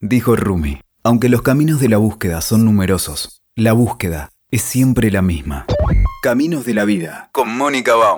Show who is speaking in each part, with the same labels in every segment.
Speaker 1: Dijo Rumi, aunque los caminos de la búsqueda son numerosos, la búsqueda es siempre la misma. Caminos de la vida, con Mónica Baum.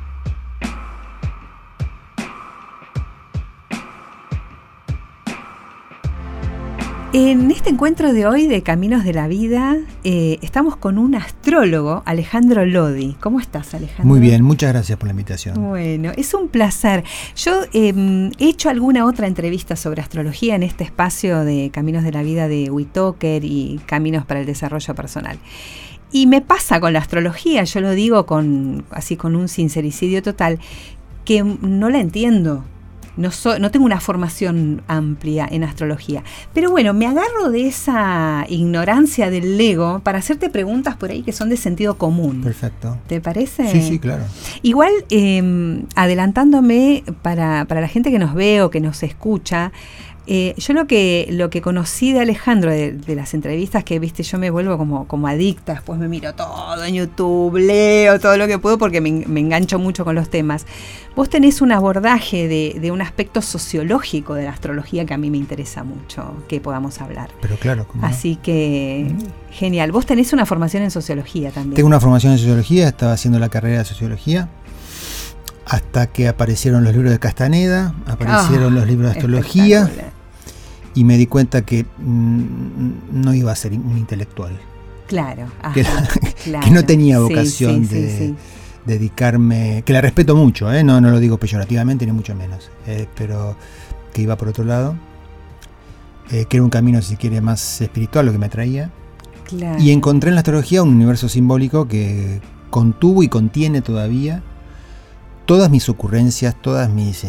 Speaker 2: En este encuentro de hoy de Caminos de la Vida, estamos con un astrólogo, Alejandro Lodi. ¿Cómo estás, Alejandro?
Speaker 3: Muy bien, muchas gracias por la invitación.
Speaker 2: Bueno, es un placer. Yo he hecho alguna otra entrevista sobre astrología en este espacio de Caminos de la Vida de Whitaker y Caminos para el Desarrollo Personal. Y me pasa con la astrología, yo lo digo con un sincericidio total, que no la entiendo. No tengo una formación amplia en astrología. Pero bueno, me agarro de esa ignorancia del ego para hacerte preguntas por ahí que son de sentido común.
Speaker 3: Perfecto.
Speaker 2: ¿Te parece?
Speaker 3: Sí, claro.
Speaker 2: Igual, adelantándome para la gente que nos ve o que nos escucha, yo lo que conocí de Alejandro, de las entrevistas que viste, yo me vuelvo como adicta, después me miro todo en YouTube, leo todo lo que puedo porque me engancho mucho con los temas. Vos tenés un abordaje de un aspecto sociológico de la astrología que a mí me interesa mucho que podamos hablar.
Speaker 3: Pero claro.
Speaker 2: Así que, genial. Vos tenés una formación en sociología también.
Speaker 3: Tengo una formación en sociología, estaba haciendo la carrera de sociología. Hasta que aparecieron los libros de Castaneda, aparecieron los libros de astrología y me di cuenta que no iba a ser un intelectual.
Speaker 2: Claro. Ajá,
Speaker 3: que no tenía vocación de dedicarme, que la respeto mucho, no lo digo peyorativamente ni mucho menos, pero que iba por otro lado, que era un camino, si quiere, más espiritual, lo que me atraía.
Speaker 2: Claro.
Speaker 3: Y encontré en la astrología un universo simbólico que contuvo y contiene todavía todas mis ocurrencias, todas mis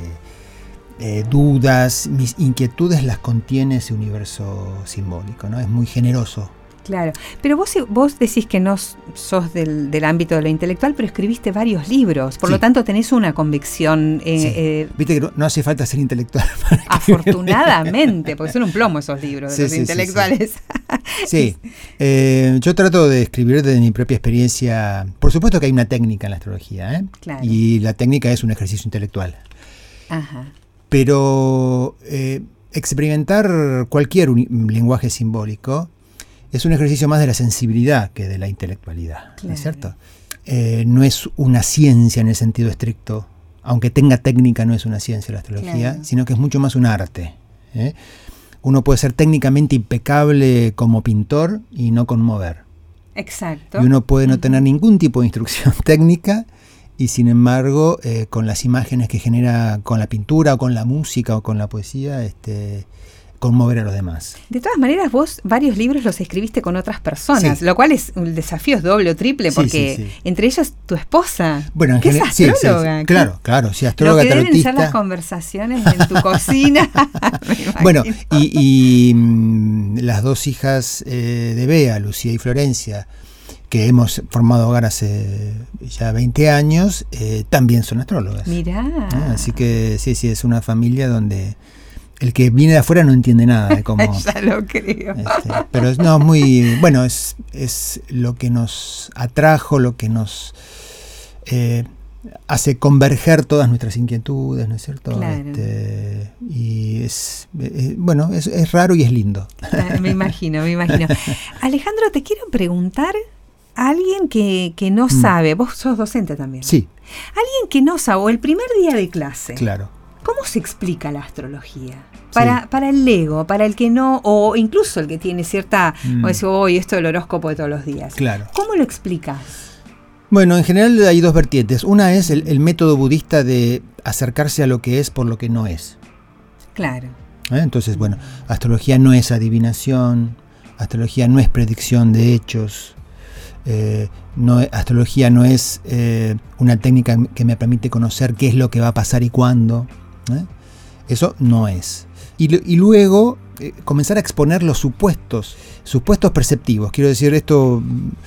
Speaker 3: dudas, mis inquietudes las contiene ese universo simbólico, ¿no? Es muy generoso.
Speaker 2: Claro, pero vos decís que no sos del ámbito de lo intelectual, pero escribiste varios libros, por lo tanto tenés una convicción.
Speaker 3: Viste que no hace falta ser intelectual.
Speaker 2: Afortunadamente, porque son un plomo esos libros de los intelectuales.
Speaker 3: Sí, yo trato de escribir desde mi propia experiencia. Por supuesto que hay una técnica en la astrología,
Speaker 2: Claro.
Speaker 3: Y la técnica es un ejercicio intelectual.
Speaker 2: Ajá.
Speaker 3: Pero experimentar cualquier lenguaje simbólico es un ejercicio más de la sensibilidad que de la intelectualidad,
Speaker 2: claro.
Speaker 3: ¿No es cierto? No es una ciencia en el sentido estricto, aunque tenga técnica, no es una ciencia la astrología, claro. Sino que es mucho más un arte. Uno puede ser técnicamente impecable como pintor y no conmover.
Speaker 2: Exacto.
Speaker 3: Y uno puede no tener ningún tipo de instrucción técnica y sin embargo, con las imágenes que genera con la pintura o con la música o con la poesía, conmover a los demás.
Speaker 2: De todas maneras, vos varios libros los escribiste con otras personas, lo cual el desafío es doble o triple, porque entre ellas tu esposa,
Speaker 3: bueno,
Speaker 2: que es astróloga.
Speaker 3: Sí. Claro, sí, astróloga,
Speaker 2: lo que
Speaker 3: tarotista.
Speaker 2: deben ser las conversaciones en tu cocina.
Speaker 3: Bueno, y las dos hijas de Bea, Lucía y Florencia, que hemos formado hogar hace ya 20 años, también son astrólogas.
Speaker 2: Mirá.
Speaker 3: Así que sí, es una familia donde el que viene de afuera no entiende nada de cómo.
Speaker 2: Ya lo creo.
Speaker 3: Pero no, muy bueno, es lo que nos atrajo, lo que nos hace converger todas nuestras inquietudes, ¿no es cierto?
Speaker 2: Claro.
Speaker 3: Y es raro y es lindo.
Speaker 2: Me imagino. Alejandro, te quiero preguntar a alguien que no sabe, vos sos docente también.
Speaker 3: Sí.
Speaker 2: Alguien que no sabe, o el primer día de clase.
Speaker 3: Claro.
Speaker 2: ¿Cómo se explica la astrología? Para el ego, para el que no, o incluso el que tiene cierta, o decir, esto del horóscopo de todos los días.
Speaker 3: Claro.
Speaker 2: ¿Cómo lo explicas?
Speaker 3: Bueno, en general hay dos vertientes. Una es el método budista de acercarse a lo que es por lo que no es.
Speaker 2: Claro.
Speaker 3: Entonces, astrología no es adivinación, astrología no es predicción de hechos, astrología no es una técnica que me permite conocer qué es lo que va a pasar y cuándo. Eso no es. Y luego comenzar a exponer los supuestos perceptivos. Quiero decir, esto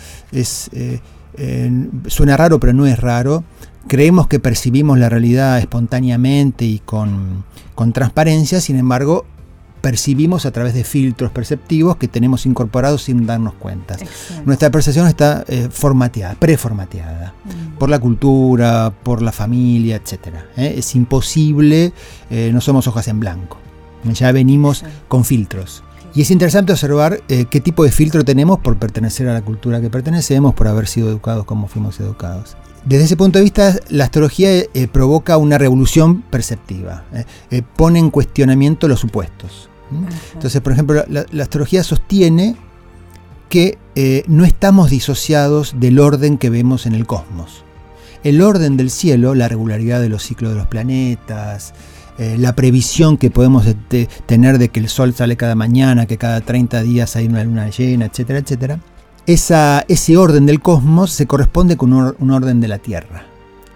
Speaker 3: suena raro, pero no es raro. Creemos que percibimos la realidad espontáneamente y con transparencia, sin embargo, percibimos a través de filtros perceptivos que tenemos incorporados sin darnos cuenta.
Speaker 2: Exacto.
Speaker 3: Nuestra percepción está preformateada por la cultura, por la familia, etc. Es imposible, no somos hojas en blanco. Ya venimos con filtros. Y es interesante observar qué tipo de filtro tenemos por pertenecer a la cultura que pertenecemos, por haber sido educados como fuimos educados. Desde ese punto de vista, la astrología provoca una revolución perceptiva, pone en cuestionamiento los supuestos. Entonces, por ejemplo, la astrología sostiene que no estamos disociados del orden que vemos en el cosmos. El orden del cielo, la regularidad de los ciclos de los planetas, la previsión que podemos tener de que el sol sale cada mañana, que cada 30 días hay una luna llena, etcétera, etcétera. Ese orden del cosmos se corresponde con un orden de la Tierra.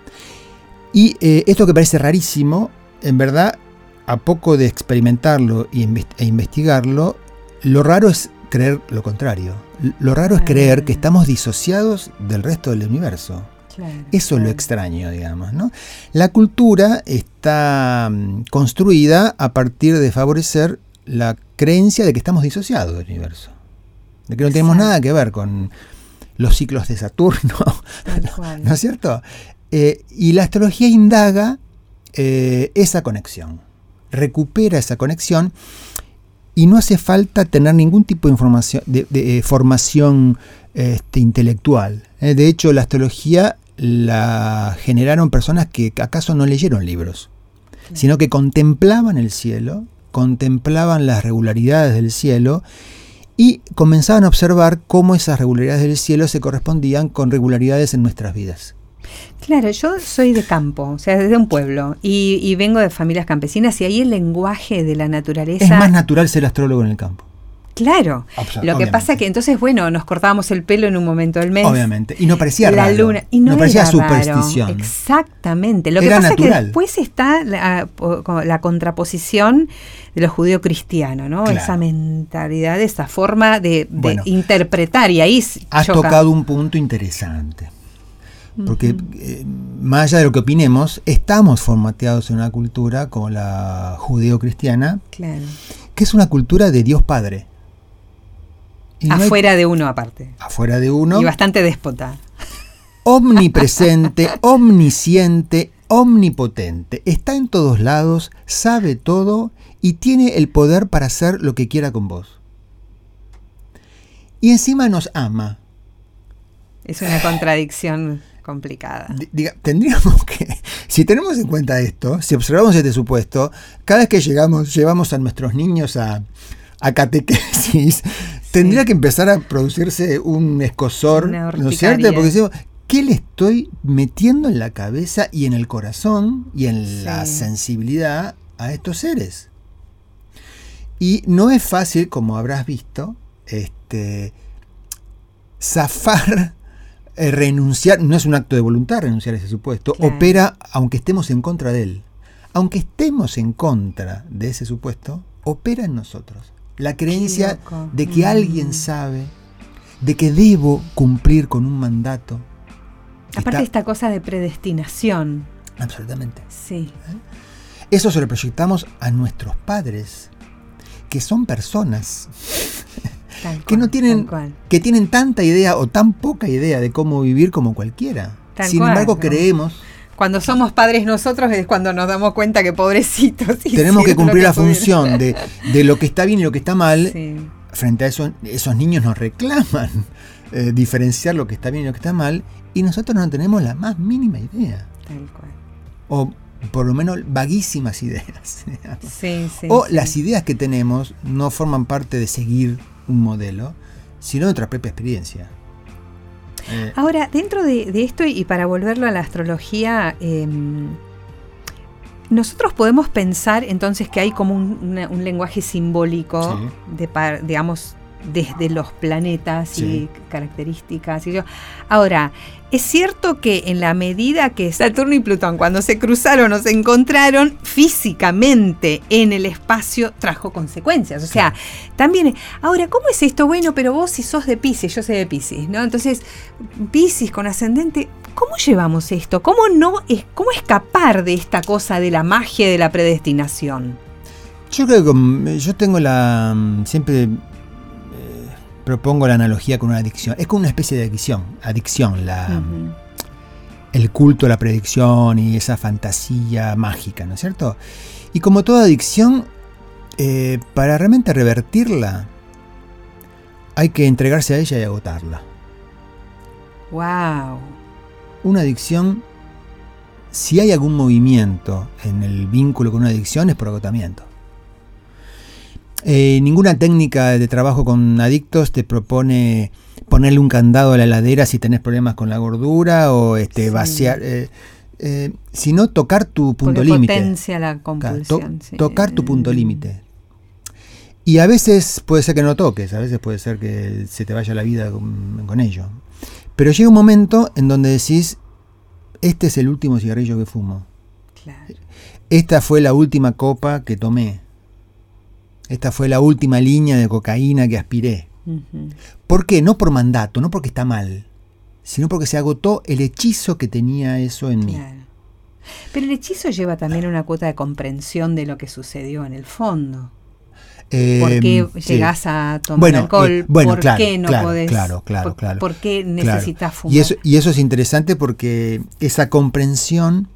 Speaker 3: Y esto que parece rarísimo, en verdad, a poco de experimentarlo e investigarlo, lo raro es creer lo contrario. Lo raro es creer que estamos disociados del resto del universo. Eso es lo extraño, digamos, ¿no? La cultura está construida a partir de favorecer la creencia de que estamos disociados del universo, de que no tenemos nada que ver con los ciclos de Saturno, ¿no es cierto? Y la astrología indaga esa conexión, recupera esa conexión, y no hace falta tener ningún tipo de información, de formación intelectual. De hecho, la astrología la generaron personas que acaso no leyeron libros, sino que contemplaban el cielo, contemplaban las regularidades del cielo y comenzaban a observar cómo esas regularidades del cielo se correspondían con regularidades en nuestras vidas.
Speaker 2: Claro, yo soy de campo, o sea, de un pueblo, y vengo de familias campesinas, y ahí el lenguaje de la naturaleza...
Speaker 3: Es más natural ser astrólogo en el campo.
Speaker 2: Claro, lo que pasa es que entonces, bueno, nos cortábamos el pelo en un momento del mes.
Speaker 3: Obviamente, y no parecía
Speaker 2: la
Speaker 3: raro,
Speaker 2: luna, y no
Speaker 3: parecía
Speaker 2: era
Speaker 3: superstición.
Speaker 2: Raro. Exactamente, lo que
Speaker 3: era
Speaker 2: pasa
Speaker 3: natural.
Speaker 2: Es que después está la contraposición de lo judío-cristiano, ¿no?
Speaker 3: Claro.
Speaker 2: Esa mentalidad, esa forma de interpretar, y ahí
Speaker 3: has tocado un punto interesante. Porque más allá de lo que opinemos, estamos formateados en una cultura como la judeo-cristiana,
Speaker 2: claro,
Speaker 3: que es una cultura de Dios Padre. Y
Speaker 2: afuera de uno aparte.
Speaker 3: Afuera de uno.
Speaker 2: Y bastante déspota.
Speaker 3: Omnipresente, omnisciente, omnipotente. Está en todos lados, sabe todo y tiene el poder para hacer lo que quiera con vos. Y encima nos ama. Es
Speaker 2: una contradicción complicada.
Speaker 3: Tendríamos que, si tenemos en cuenta esto, si observamos este supuesto, cada vez que llevamos a nuestros niños a catequesis, tendría que empezar a producirse un escozor, ¿no es cierto? Porque decimos, ¿qué le estoy metiendo en la cabeza y en el corazón y en la sensibilidad a estos seres? Y no es fácil, como habrás visto, zafar, renunciar, no es un acto de voluntad renunciar a ese supuesto, opera aunque estemos en contra de él. Aunque estemos en contra de ese supuesto, opera en nosotros. La creencia de que alguien sabe, de que debo cumplir con un mandato.
Speaker 2: Aparte esta cosa de predestinación.
Speaker 3: Absolutamente.
Speaker 2: Sí.
Speaker 3: Eso se lo proyectamos a nuestros padres, que son personas que no tienen, que tienen tanta idea o tan poca idea de cómo vivir como cualquiera. Sin embargo, creemos.
Speaker 2: Cuando somos padres nosotros es cuando nos damos cuenta que pobrecitos.
Speaker 3: Tenemos que cumplir la función de lo que está bien y lo que está mal. Sí. Frente a eso, esos niños nos reclaman diferenciar lo que está bien y lo que está mal, y nosotros no tenemos la más mínima idea.
Speaker 2: Tal cual.
Speaker 3: O por lo menos vaguísimas ideas.
Speaker 2: Sí,
Speaker 3: las ideas que tenemos no forman parte de seguir un modelo, sino de nuestra propia experiencia.
Speaker 2: Ahora, dentro de esto, y para volverlo a la astrología, nosotros podemos pensar entonces que hay como un lenguaje simbólico, digamos, desde los planetas y características. Ahora, es cierto que en la medida que Saturno y Plutón, cuando se cruzaron o se encontraron físicamente en el espacio, trajo consecuencias. O sea, también, ahora, ¿cómo es esto? Bueno, pero vos si sos de Piscis, yo soy de Piscis, ¿no? Entonces, Piscis con ascendente, ¿cómo llevamos esto? ¿Cómo escapar de esta cosa de la magia de la predestinación?
Speaker 3: Yo creo que yo tengo siempre propongo la analogía con una adicción. Es como una especie de adicción, el culto a la predicción y esa fantasía mágica, ¿no es cierto? Y como toda adicción, para realmente revertirla, hay que entregarse a ella y agotarla.
Speaker 2: ¡Wow!
Speaker 3: Una adicción, si hay algún movimiento en el vínculo con una adicción, es por agotamiento. Ninguna técnica de trabajo con adictos te propone ponerle un candado a la heladera si tenés problemas con la gordura o vaciar, sino tocar tu punto límite.
Speaker 2: Potencia la compulsión.
Speaker 3: Tocar tu punto límite. Y a veces puede ser que no toques, a veces puede ser que se te vaya la vida con ello. Pero llega un momento en donde decís, este es el último cigarrillo que fumo.
Speaker 2: Claro.
Speaker 3: Esta fue la última copa que tomé. Esta fue la última línea de cocaína que aspiré.
Speaker 2: Uh-huh.
Speaker 3: ¿Por qué? No por mandato, no porque está mal, sino porque se agotó el hechizo que tenía eso en mí.
Speaker 2: Claro. Pero el hechizo lleva también una cuota de comprensión de lo que sucedió en el fondo. ¿Por qué llegás a tomar alcohol? ¿Por qué no podés?
Speaker 3: Claro.
Speaker 2: ¿Por qué necesitas fumar?
Speaker 3: Y eso es interesante porque esa comprensión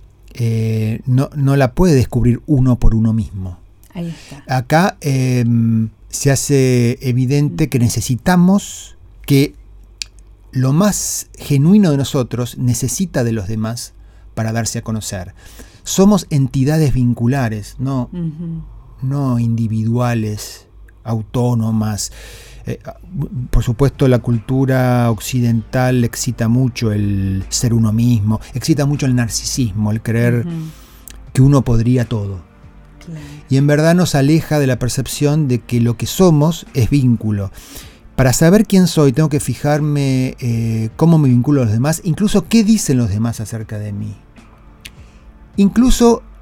Speaker 3: no la puede descubrir uno por uno mismo.
Speaker 2: Ahí está.
Speaker 3: Acá se hace evidente que necesitamos que lo más genuino de nosotros necesita de los demás para darse a conocer. Somos entidades vinculares, no individuales, autónomas. Por supuesto, la cultura occidental excita mucho el ser uno mismo, excita mucho el narcisismo, el creer que uno podría todo.
Speaker 2: Claro.
Speaker 3: Y en verdad nos aleja de la percepción de que lo que somos es vínculo. Para saber quién soy, tengo que fijarme cómo me vinculo a los demás, incluso qué dicen los demás acerca de mí. Incluso,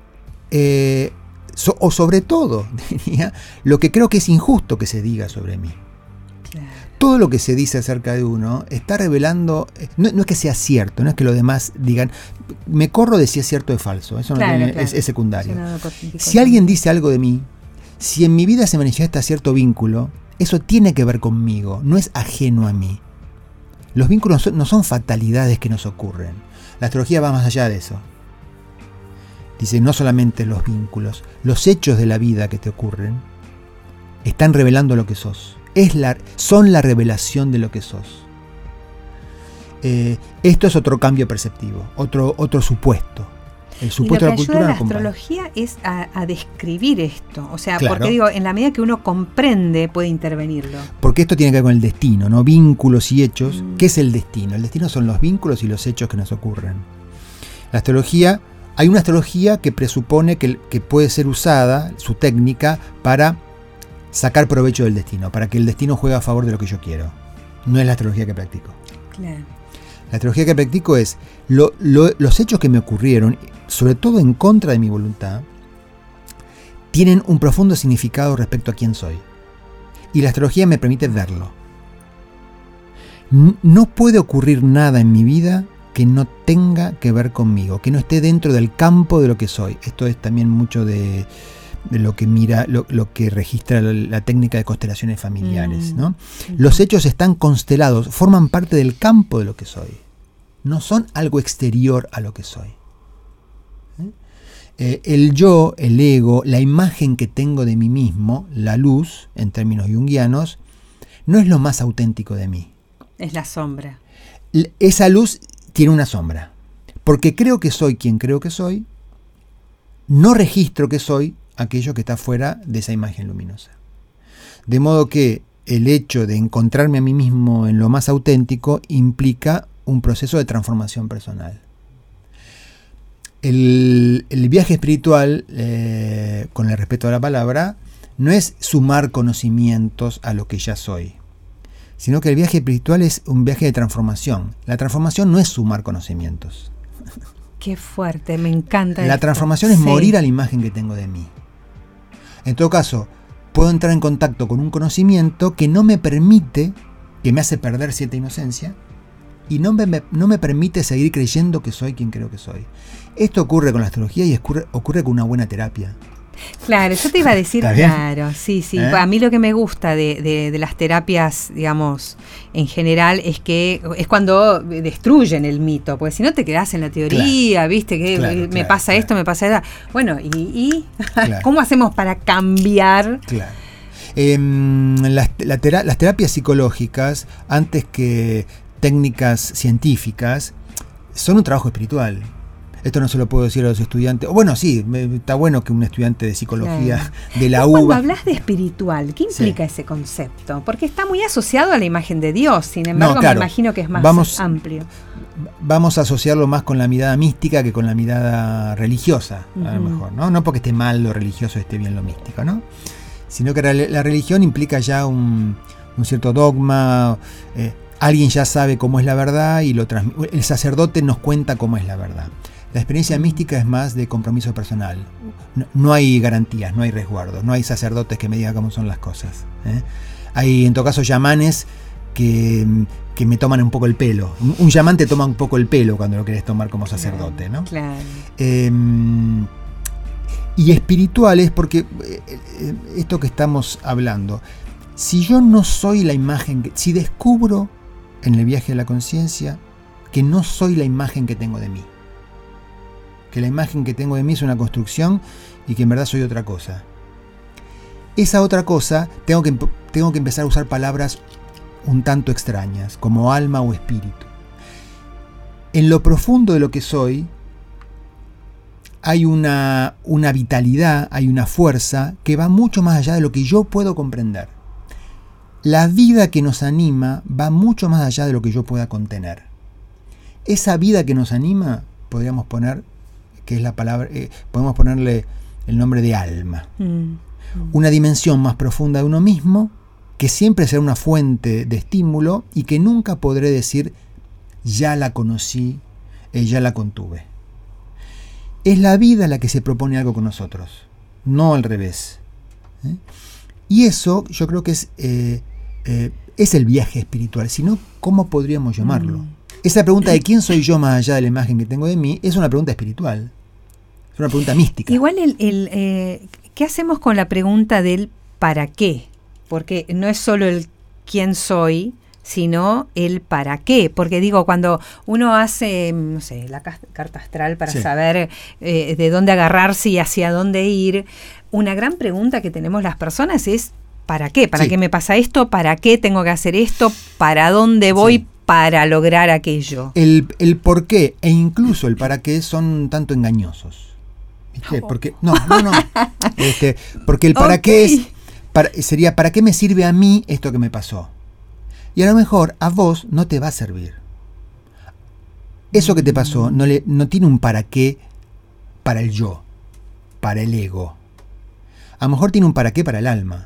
Speaker 3: o sobre todo, diría, lo que creo que es injusto que se diga sobre mí.
Speaker 2: Claro.
Speaker 3: Todo lo que se dice acerca de uno está revelando, no es que sea cierto, no es que los demás digan, me corro de si es cierto o es falso, eso
Speaker 2: claro,
Speaker 3: no tiene, es secundario.
Speaker 2: Sí,
Speaker 3: si alguien dice algo de mí, si en mi vida se manifiesta cierto vínculo, eso tiene que ver conmigo, no es ajeno a mí. Los vínculos no son fatalidades que nos ocurren. La astrología va más allá de eso. Dice, no solamente los vínculos, los hechos de la vida que te ocurren están revelando lo que sos. Son la revelación de lo que sos. Esto es otro cambio perceptivo, otro supuesto. El supuesto
Speaker 2: y lo que
Speaker 3: de la cultura
Speaker 2: ayuda a la
Speaker 3: acompaña.
Speaker 2: astrología es a describir esto. O sea,
Speaker 3: Claro.
Speaker 2: porque digo, en la medida que uno comprende, puede intervenirlo.
Speaker 3: Porque esto tiene que ver con el destino, ¿no? Vínculos y hechos. ¿Qué es el destino? El destino son los vínculos y los hechos que nos ocurren. La astrología, hay una astrología que presupone que puede ser usada, su técnica, para sacar provecho del destino, para que el destino juegue a favor de lo que yo quiero. No es la astrología que practico.
Speaker 2: Claro.
Speaker 3: La astrología que practico es los hechos que me ocurrieron, sobre todo en contra de mi voluntad, tienen un profundo significado respecto a quién soy. Y la astrología me permite verlo. No puede ocurrir nada en mi vida que no tenga que ver conmigo, que no esté dentro del campo de lo que soy. Esto es también mucho de lo que mira, lo que registra la técnica de constelaciones familiares, ¿no? Los hechos están constelados, forman parte del campo de lo que soy. No son algo exterior a lo que soy. El yo, el ego, la imagen que tengo de mí mismo, la luz, en términos junguianos, no es lo más auténtico de mí.
Speaker 2: Es la sombra.
Speaker 3: Esa luz tiene una sombra. Porque creo que soy quien creo que soy, no registro que soy aquello que está fuera de esa imagen luminosa. De modo que el hecho de encontrarme a mí mismo en lo más auténtico implica un proceso de transformación personal. El viaje espiritual, con el respeto a la palabra, no es sumar conocimientos a lo que ya soy, sino que el viaje espiritual es un viaje de transformación. La transformación no es sumar conocimientos.
Speaker 2: Qué fuerte, me encanta.
Speaker 3: La transformación es morir a la imagen que tengo de mí. En todo caso, puedo entrar en contacto con un conocimiento que no me permite, que me hace perder cierta inocencia, y no me permite seguir creyendo que soy quien creo que soy. Esto ocurre con la astrología y ocurre con una buena terapia.
Speaker 2: Claro, yo te iba a decir, claro, sí. A mí lo que me gusta de las terapias, digamos, en general, es que es cuando destruyen el mito, porque si no te quedás en la teoría, ¿viste? Que me pasa esto, me pasa eso. Bueno, ¿y? ¿Cómo hacemos para cambiar?
Speaker 3: Claro. Las terapias psicológicas, antes que técnicas científicas, son un trabajo espiritual. Esto no se lo puedo decir a los estudiantes. Bueno, sí, está bueno que un estudiante de psicología de la UBA...
Speaker 2: Cuando hablas de espiritual, ¿qué implica ese concepto? Porque está muy asociado a la imagen de Dios, sin embargo, me imagino que es más amplio.
Speaker 3: Vamos a asociarlo más con la mirada mística que con la mirada religiosa, a lo mejor, ¿no? No porque esté mal lo religioso, esté bien lo místico, ¿no? Sino que la religión implica ya un cierto dogma, alguien ya sabe cómo es la verdad y el sacerdote nos cuenta cómo es la verdad. La experiencia mística es más de compromiso personal. No hay garantías, no hay resguardos, no hay sacerdotes que me digan cómo son las cosas. Hay, en todo caso, yamanes que me toman un poco el pelo. Un yamán te toma un poco el pelo cuando lo querés tomar como sacerdote, ¿no?
Speaker 2: Claro.
Speaker 3: Y espirituales, porque esto que estamos hablando, si yo no soy la imagen, si descubro en el viaje de la conciencia que no soy la imagen que tengo de mí, que la imagen que tengo de mí es una construcción y que en verdad soy otra cosa. Esa otra cosa, tengo que empezar a usar palabras un tanto extrañas, como alma o espíritu. En lo profundo de lo que soy, hay una vitalidad, hay una fuerza que va mucho más allá de lo que yo puedo comprender. La vida que nos anima va mucho más allá de lo que yo pueda contener. Esa vida que nos anima, podríamos poner, que es la palabra, podemos ponerle el nombre de alma. Una dimensión más profunda de uno mismo, que siempre será una fuente de estímulo y que nunca podré decir, ya la conocí, ya la contuve. Es la vida la que se propone algo con nosotros, no al revés. Y eso yo creo que es el viaje espiritual, si no, ¿cómo podríamos llamarlo? Esa pregunta de quién soy yo más allá de la imagen que tengo de mí es una pregunta espiritual, es una pregunta mística.
Speaker 2: Igual, ¿qué hacemos con la pregunta del para qué? Porque no es solo el quién soy, sino el para qué. Porque digo, cuando uno hace, no sé, la carta astral para saber de dónde agarrarse y hacia dónde ir, una gran pregunta que tenemos las personas es ¿para qué? ¿Para qué me pasa esto? ¿Para qué tengo que hacer esto? ¿Para dónde voy para lograr aquello?
Speaker 3: El por qué e incluso el para qué son un tanto engañosos. ¿Viste? Porque, no. Porque el para qué sería ¿para qué me sirve a mí esto que me pasó? Y a lo mejor a vos no te va a servir. Eso que te pasó no tiene un para qué para el yo, para el ego. A lo mejor tiene un para qué para el alma.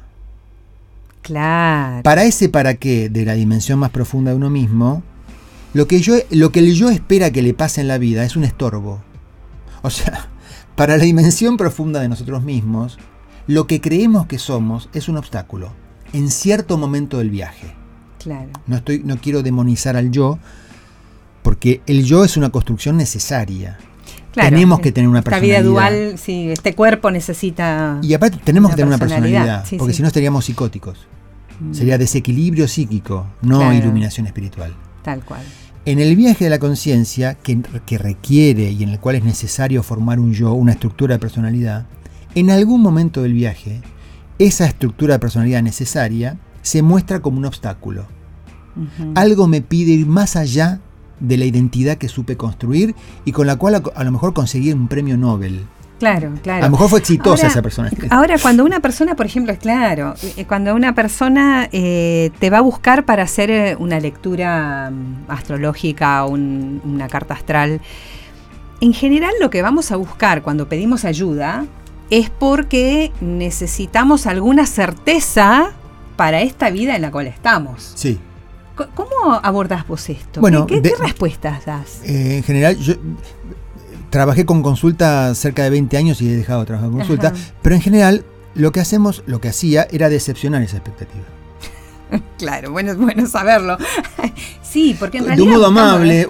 Speaker 2: Claro.
Speaker 3: Para ese para qué de la dimensión más profunda de uno mismo, lo que el yo espera que le pase en la vida es un estorbo. O sea, para la dimensión profunda de nosotros mismos, lo que creemos que somos es un obstáculo en cierto momento del viaje.
Speaker 2: Claro.
Speaker 3: No quiero demonizar al yo, porque el yo es una construcción necesaria. Claro, tenemos que tener una personalidad.
Speaker 2: Esta vida dual, sí, este cuerpo necesita.
Speaker 3: Y aparte tenemos que tener una personalidad, porque si no estaríamos psicóticos. Sería desequilibrio psíquico, no iluminación espiritual.
Speaker 2: Tal cual.
Speaker 3: En el viaje de la conciencia, que requiere y en el cual es necesario formar un yo, una estructura de personalidad, en algún momento del viaje, esa estructura de personalidad necesaria se muestra como un obstáculo. Algo me pide ir más allá de la identidad que supe construir y con la cual a lo mejor conseguí un premio Nobel.
Speaker 2: Claro.
Speaker 3: A lo mejor fue exitosa esa persona.
Speaker 2: Ahora, cuando una persona, por ejemplo, cuando una persona te va a buscar para hacer una lectura astrológica o una carta astral, en general lo que vamos a buscar cuando pedimos ayuda es porque necesitamos alguna certeza para esta vida en la cual estamos.
Speaker 3: Sí.
Speaker 2: ¿Cómo abordás vos esto?
Speaker 3: Bueno,
Speaker 2: ¿Qué respuestas das?
Speaker 3: En general, yo trabajé con consulta cerca de 20 años y he dejado de trabajar con consulta, pero en general lo que hacía era decepcionar esa expectativa.
Speaker 2: Claro, bueno saberlo. Sí, porque en realidad...
Speaker 3: De un modo amable,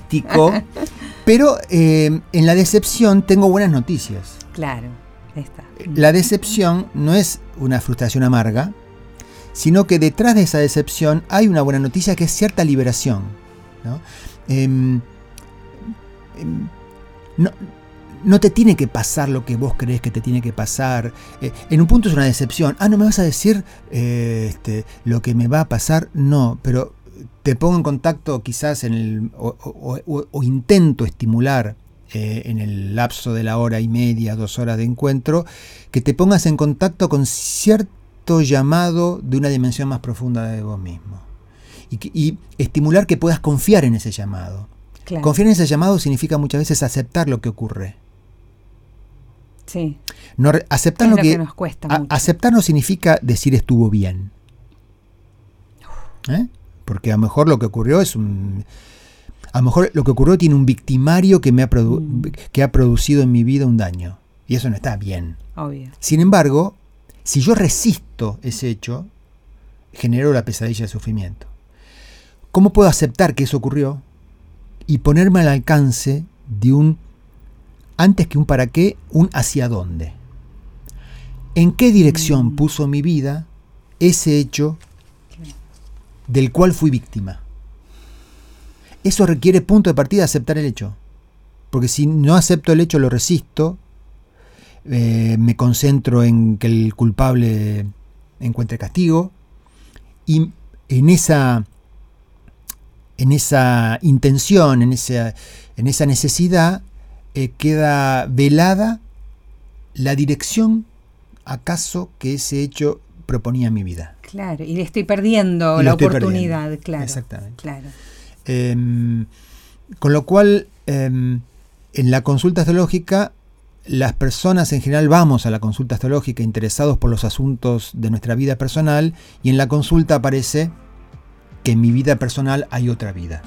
Speaker 3: humorístico, pero en la decepción tengo buenas noticias.
Speaker 2: Claro, está.
Speaker 3: La decepción no es una frustración amarga, sino que detrás de esa decepción hay una buena noticia, que es cierta liberación, ¿no? No te tiene que pasar lo que vos crees que te tiene que pasar. En un punto es una decepción. ¿No me vas a decir lo que me va a pasar? No, pero te pongo en contacto quizás o intento estimular en el lapso de la hora y media, 2 horas de encuentro, que te pongas en contacto con cierto llamado de una dimensión más profunda de vos mismo. Y estimular que puedas confiar en ese llamado. Claro. Confiar en ese llamado significa muchas veces aceptar lo que ocurre.
Speaker 2: Sí.
Speaker 3: No, aceptar
Speaker 2: es lo que nos cuesta mucho.
Speaker 3: Aceptar no significa decir estuvo bien. Porque a lo mejor lo que ocurrió a lo mejor lo que ocurrió tiene un victimario que que ha producido en mi vida un daño. Y eso no está bien.
Speaker 2: Obvio.
Speaker 3: Sin embargo, si yo resisto ese hecho, genero la pesadilla de sufrimiento. ¿Cómo puedo aceptar que eso ocurrió y ponerme al alcance de antes que un para qué, un hacia dónde? ¿En qué dirección puso mi vida ese hecho del cual fui víctima? Eso requiere punto de partida aceptar el hecho. Porque si no acepto el hecho, lo resisto, me concentro en que el culpable encuentre castigo, y en esa intención, en esa necesidad, queda velada la dirección acaso que ese hecho proponía en mi vida.
Speaker 2: Claro, y le estoy perdiendo la oportunidad, claro.
Speaker 3: Exactamente.
Speaker 2: Claro.
Speaker 3: Con lo cual, en la consulta astrológica, las personas en general vamos a la consulta astrológica interesados por los asuntos de nuestra vida personal, y en la consulta aparece que en mi vida personal hay otra vida,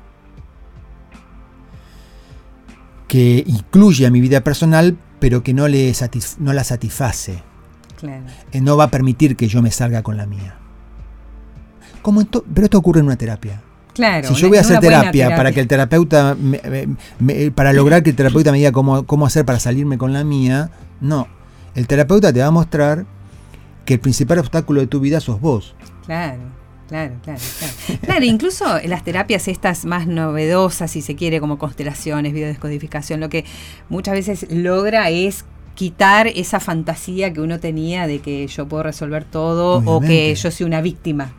Speaker 3: que incluye a mi vida personal, pero que no la satisface.
Speaker 2: Claro.
Speaker 3: No va a permitir que yo me salga con la mía. Pero esto ocurre en una terapia.
Speaker 2: Claro,
Speaker 3: si yo voy a hacer terapia para que el terapeuta para lograr que el terapeuta me diga cómo hacer para salirme con la mía, no. El terapeuta te va a mostrar que el principal obstáculo de tu vida sos vos.
Speaker 2: Claro. Claro, incluso las terapias estas más novedosas, si se quiere, como constelaciones, biodescodificación, lo que muchas veces logra es quitar esa fantasía que uno tenía de que yo puedo resolver todo. Obviamente. O que yo soy una víctima.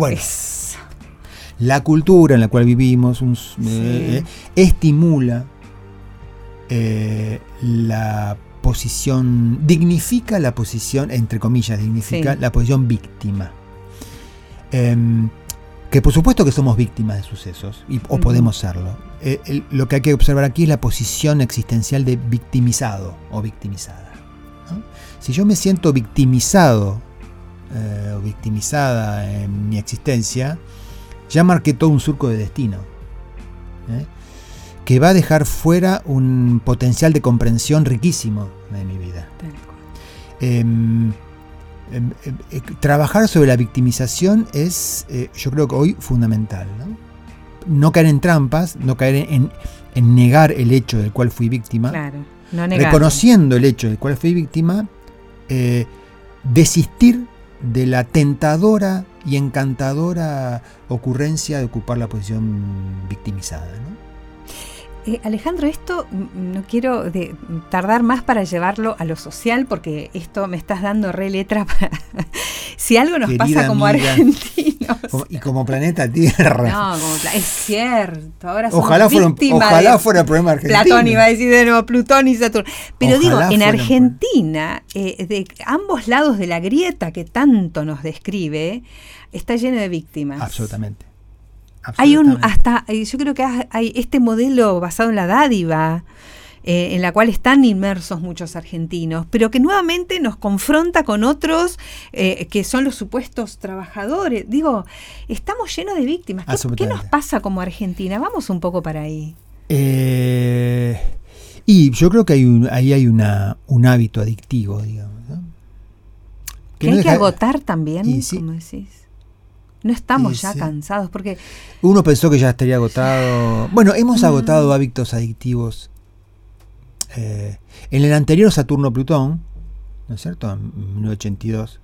Speaker 3: La cultura en la cual vivimos estimula la posición, dignifica la posición, entre comillas, la posición víctima. Que por supuesto que somos víctimas de sucesos, o podemos serlo. Lo que hay que observar aquí es la posición existencial de victimizado o victimizada, ¿no? Si yo me siento victimizado o victimizada en mi existencia, ya marqué todo un surco de destino, que va a dejar fuera un potencial de comprensión riquísimo de mi vida. Trabajar sobre la victimización es, yo creo que hoy, fundamental, ¿no? No caer en trampas, no caer en negar el hecho del cual fui víctima.
Speaker 2: Claro, no negarlo.
Speaker 3: Reconociendo el hecho del cual fui víctima, desistir de la tentadora y encantadora ocurrencia de ocupar la posición victimizada, ¿no?
Speaker 2: Alejandro, esto no quiero tardar más para llevarlo a lo social, porque esto me estás dando re letra para si algo nos
Speaker 3: Querida
Speaker 2: pasa como
Speaker 3: amiga,
Speaker 2: argentinos.
Speaker 3: Y como planeta Tierra.
Speaker 2: No, es cierto. Ahora somos
Speaker 3: ojalá fuera el problema argentino.
Speaker 2: Platón iba a decir de nuevo, Plutón y Saturno. Pero
Speaker 3: ojalá
Speaker 2: digo, en Argentina, de ambos lados de la grieta que tanto nos describe, está lleno de víctimas.
Speaker 3: Absolutamente.
Speaker 2: Yo creo que hay este modelo basado en la dádiva, en la cual están inmersos muchos argentinos, pero que nuevamente nos confronta con otros que son los supuestos trabajadores. Digo, estamos llenos de víctimas. ¿Qué nos pasa como Argentina? Vamos un poco para ahí.
Speaker 3: Y yo creo que ahí hay un hábito adictivo, digamos, ¿no?
Speaker 2: Que hay que agotar también,
Speaker 3: sí,
Speaker 2: como decís. No estamos ya cansados, porque
Speaker 3: uno pensó que ya estaría agotado. Bueno, hemos agotado hábitos adictivos en el anterior Saturno-Plutón, ¿no es cierto?, en 1982.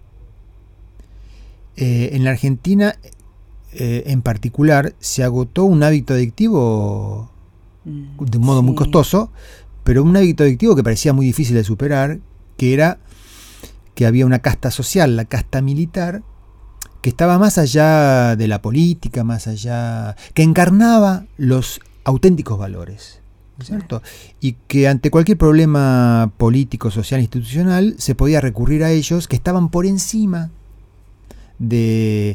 Speaker 3: En la Argentina, en particular, se agotó un hábito adictivo de un modo muy costoso, pero un hábito adictivo que parecía muy difícil de superar, que era que había una casta social, la casta militar, que estaba más allá de la política, más allá, que encarnaba los auténticos valores, ¿no es cierto? Y que ante cualquier problema político, social, institucional, se podía recurrir a ellos, que estaban por encima de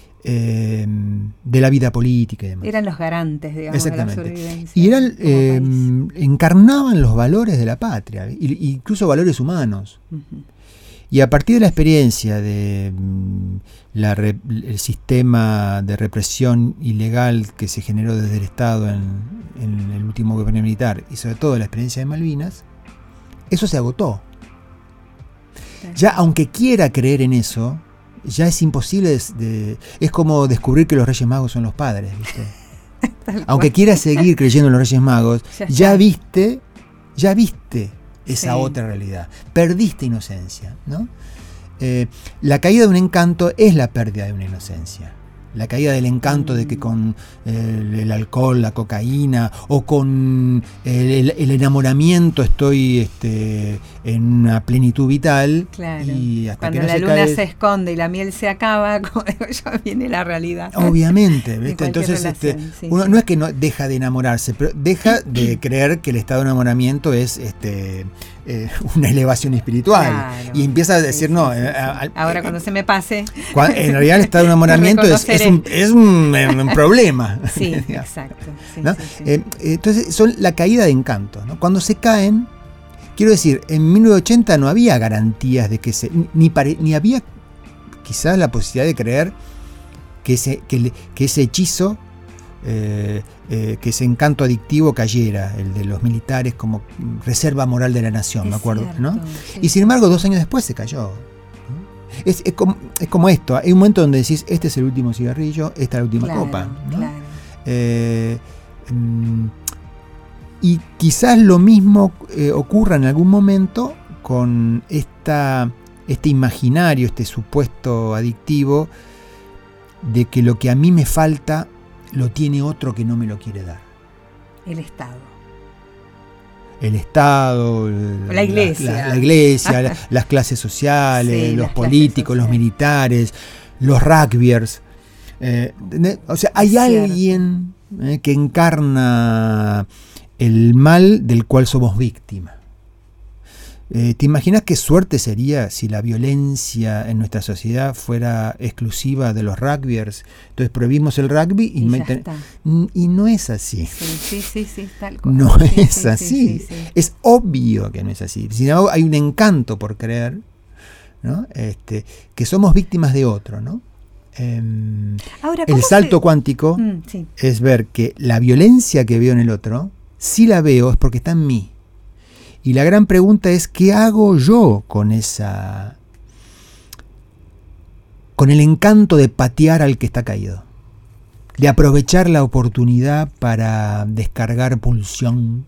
Speaker 3: la vida política y demás.
Speaker 2: Eran los garantes, digamos, de la sobrevivencia.
Speaker 3: Y encarnaban los valores de la patria, incluso valores humanos. Uh-huh. Y a partir de la experiencia de el sistema de represión ilegal que se generó desde el Estado en el último gobierno militar, y sobre todo la experiencia de Malvinas, eso se agotó. Ya aunque quiera creer en eso, ya es imposible. Es como descubrir que los Reyes Magos son los padres, ¿viste? Aunque quieras seguir creyendo en los Reyes Magos, ya viste esa otra realidad. Perdiste inocencia, ¿no? La caída de un encanto es la pérdida de una inocencia. La caída del encanto de que con el alcohol, la cocaína o con el enamoramiento estoy en una plenitud vital.
Speaker 2: Claro.
Speaker 3: Y hasta
Speaker 2: cuando
Speaker 3: que no
Speaker 2: la luna se esconde y la miel se acaba, ya viene la realidad.
Speaker 3: Obviamente, ¿viste? Entonces uno no es que no deja de enamorarse, pero deja de creer que el estado de enamoramiento es una elevación espiritual. Claro, y empieza a decir, no.
Speaker 2: Ahora cuando se me pase.
Speaker 3: En realidad el estado de enamoramiento es un problema.
Speaker 2: Sí, exacto. Sí,
Speaker 3: ¿no?
Speaker 2: Sí.
Speaker 3: Entonces son la caída de encanto, ¿no? Cuando se caen, quiero decir, en 1980 no había garantías de que ni había quizás la posibilidad de creer que ese hechizo, que ese encanto adictivo cayera, el de los militares como reserva moral de la nación, me acuerdo, cierto, ¿no? Sí. Y sin embargo 2 años después se cayó. Es como esto, hay un momento donde decís, este es el último cigarrillo, esta es la última copa, ¿no?
Speaker 2: Claro.
Speaker 3: Y quizás lo mismo ocurra en algún momento con este imaginario, este supuesto adictivo de que lo que a mí me falta lo tiene otro que no me lo quiere dar.
Speaker 2: El Estado.
Speaker 3: La iglesia, las clases sociales, los políticos, los militares, los rugbyers. O sea, hay alguien que encarna el mal del cual somos víctimas. ¿Te imaginas qué suerte sería si la violencia en nuestra sociedad fuera exclusiva de los rugbyers? Entonces prohibimos el rugby y no es así.
Speaker 2: Sí, tal cual.
Speaker 3: No es así. Sí. Es obvio que no es así. Sin embargo, hay un encanto por creer, ¿no? Que somos víctimas de otro, ¿no?
Speaker 2: Ahora,
Speaker 3: el salto cuántico es ver que la violencia que veo en el otro, si la veo es porque está en mí. Y la gran pregunta es, ¿qué hago yo con el encanto de patear al que está caído? De aprovechar la oportunidad para descargar pulsión,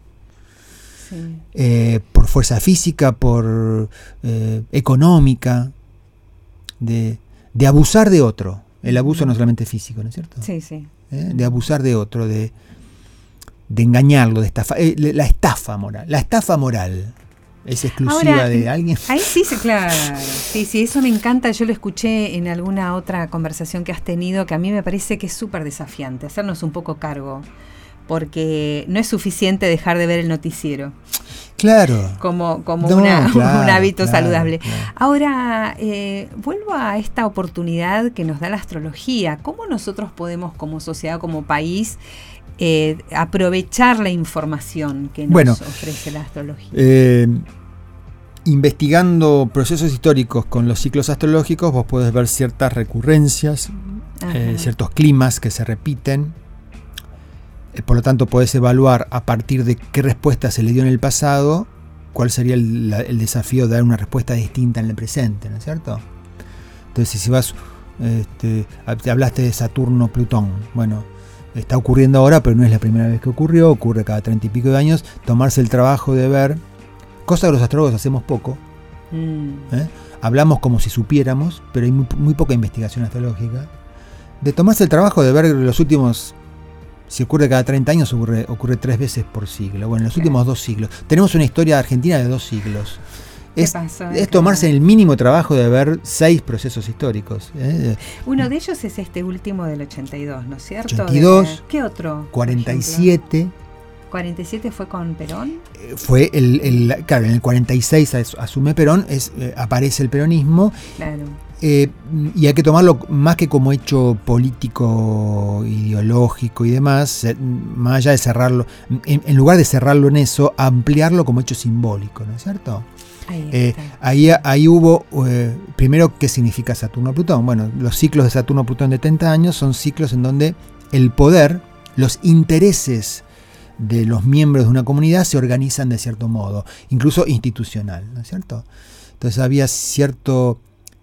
Speaker 3: por fuerza física, por económica, de abusar de otro. El abuso no es solamente físico, ¿no es cierto?
Speaker 2: Sí.
Speaker 3: De abusar de otro, de engañarlo, de estafar, la estafa moral es exclusiva ahora, de alguien.
Speaker 2: Ahí sí, claro. Sí, eso me encanta. Yo lo escuché en alguna otra conversación que has tenido, que a mí me parece que es súper desafiante, hacernos un poco cargo, porque no es suficiente dejar de ver el noticiero.
Speaker 3: Claro.
Speaker 2: Como un hábito saludable. Claro. Ahora, vuelvo a esta oportunidad que nos da la astrología. ¿Cómo nosotros podemos, como sociedad, como país, aprovechar la información que nos ofrece la astrología?
Speaker 3: Investigando procesos históricos con los ciclos astrológicos, vos podés ver ciertas recurrencias, ciertos climas que se repiten. Por lo tanto, podés evaluar a partir de qué respuesta se le dio en el pasado, cuál sería el desafío de dar una respuesta distinta en el presente, ¿no es cierto? Entonces, si vas, hablaste de Saturno-Plutón, bueno, está ocurriendo ahora, pero no es la primera vez que ocurre cada 30 y pico de años, tomarse el trabajo de ver, cosa que los astrólogos hacemos poco, Hablamos como si supiéramos, pero hay muy poca investigación astrológica. De tomarse el trabajo de ver los últimos, si ocurre cada 30 años, ocurre 3 veces por siglo. Bueno, en los últimos 2 siglos. Tenemos una historia argentina de 2 siglos. Es tomarse el mínimo trabajo de ver 6 procesos históricos.
Speaker 2: Uno de ellos es este último del 82, ¿no es cierto?
Speaker 3: 82.
Speaker 2: ¿Qué otro?
Speaker 3: 47.
Speaker 2: ¿47 fue con Perón?
Speaker 3: Fue claro, en el 46 asume Perón, aparece el peronismo.
Speaker 2: Claro.
Speaker 3: Y hay que tomarlo más que como hecho político, ideológico y demás, más allá de cerrarlo, en lugar de cerrarlo en eso, ampliarlo como hecho simbólico, ¿no es cierto? Ahí hubo, primero, ¿qué significa Saturno-Plutón? Bueno, los ciclos de Saturno-Plutón de 30 años son ciclos en donde el poder, los intereses de los miembros de una comunidad se organizan de cierto modo, incluso institucional, ¿no es cierto? Entonces había cierto...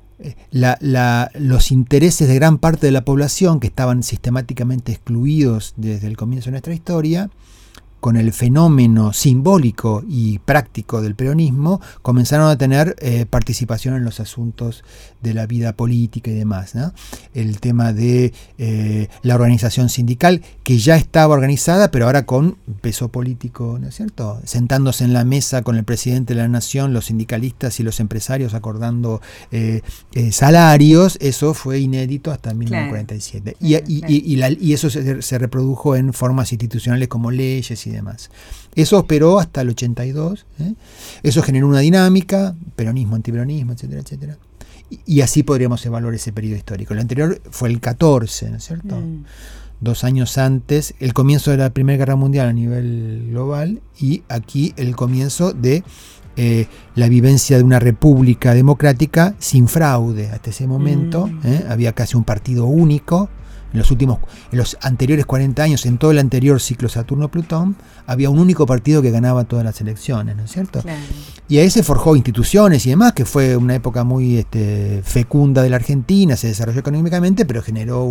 Speaker 3: los intereses de gran parte de la población que estaban sistemáticamente excluidos desde el comienzo de nuestra historia, con el fenómeno simbólico y práctico del peronismo, comenzaron a tener participación en los asuntos de la vida política y demás, ¿no? El tema de la organización sindical, que ya estaba organizada, pero ahora con peso político, ¿no es cierto? Sentándose en la mesa con el presidente de la nación, los sindicalistas y los empresarios acordando salarios, eso fue inédito hasta 1947. Y eso se reprodujo en formas institucionales como leyes y demás. Eso operó hasta el 82, eso generó una dinámica, peronismo, antiperonismo, etcétera, etcétera. Y así podríamos evaluar ese periodo histórico. El anterior fue el 14, ¿no es cierto? 2 años antes, el comienzo de la Primera Guerra Mundial a nivel global, y aquí el comienzo de la vivencia de una república democrática sin fraude. Hasta ese momento había casi un partido único. En los anteriores 40 años, en todo el anterior ciclo Saturno-Plutón, había un único partido que ganaba todas las elecciones, ¿no es cierto? Claro. Y ahí se forjó instituciones y demás, que fue una época muy fecunda de la Argentina, se desarrolló económicamente, pero generó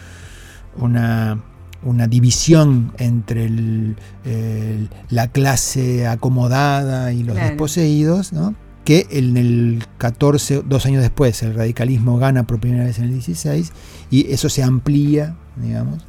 Speaker 3: una división entre la clase acomodada y los desposeídos, ¿no? Que en el 14, 2 años después, el radicalismo gana por primera vez en el 16 y eso se amplía, digamos.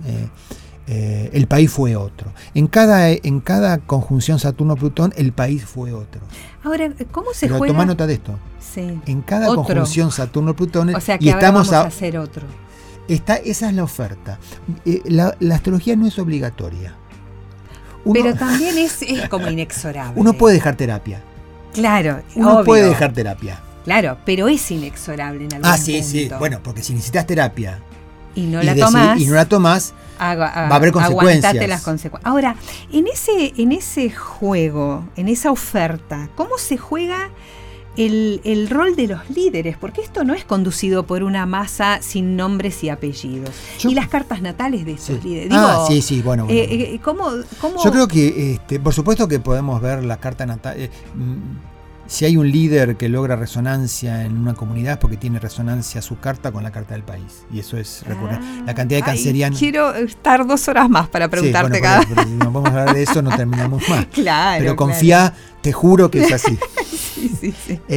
Speaker 3: El país fue otro. En cada conjunción Saturno-Plutón, el país fue otro.
Speaker 2: Ahora, ¿cómo se
Speaker 3: Pero
Speaker 2: juega?
Speaker 3: Toma nota de esto.
Speaker 2: Sí.
Speaker 3: En cada conjunción Saturno-Plutón,
Speaker 2: o sea que ahora vamos a hacer otro.
Speaker 3: Esa es la oferta. La astrología no es obligatoria.
Speaker 2: Pero también es como inexorable.
Speaker 3: Uno puede dejar terapia.
Speaker 2: Claro,
Speaker 3: uno
Speaker 2: obvio.
Speaker 3: puede dejar terapia.
Speaker 2: Claro, pero es inexorable en algún punto.
Speaker 3: Sí. Bueno, porque si necesitas terapia
Speaker 2: y no la tomás,
Speaker 3: va a haber consecuencias.
Speaker 2: Aguantate las consecuencias. Ahora, en ese juego, en esa oferta, ¿cómo se juega el rol de los líderes? Porque esto no es conducido por una masa sin nombres y apellidos. Y las cartas natales de estos líderes. Digo,
Speaker 3: bueno.
Speaker 2: ¿Cómo?
Speaker 3: Yo creo que, por supuesto que podemos ver la carta natal. Si hay un líder que logra resonancia en una comunidad es porque tiene resonancia su carta con la carta del país. Y eso es recurrente. La cantidad de cancerianos.
Speaker 2: Quiero estar 2 horas más para preguntarte
Speaker 3: pero si no podemos hablar de eso, no terminamos más.
Speaker 2: Claro.
Speaker 3: Pero confía, te juro que es así.
Speaker 2: Sí.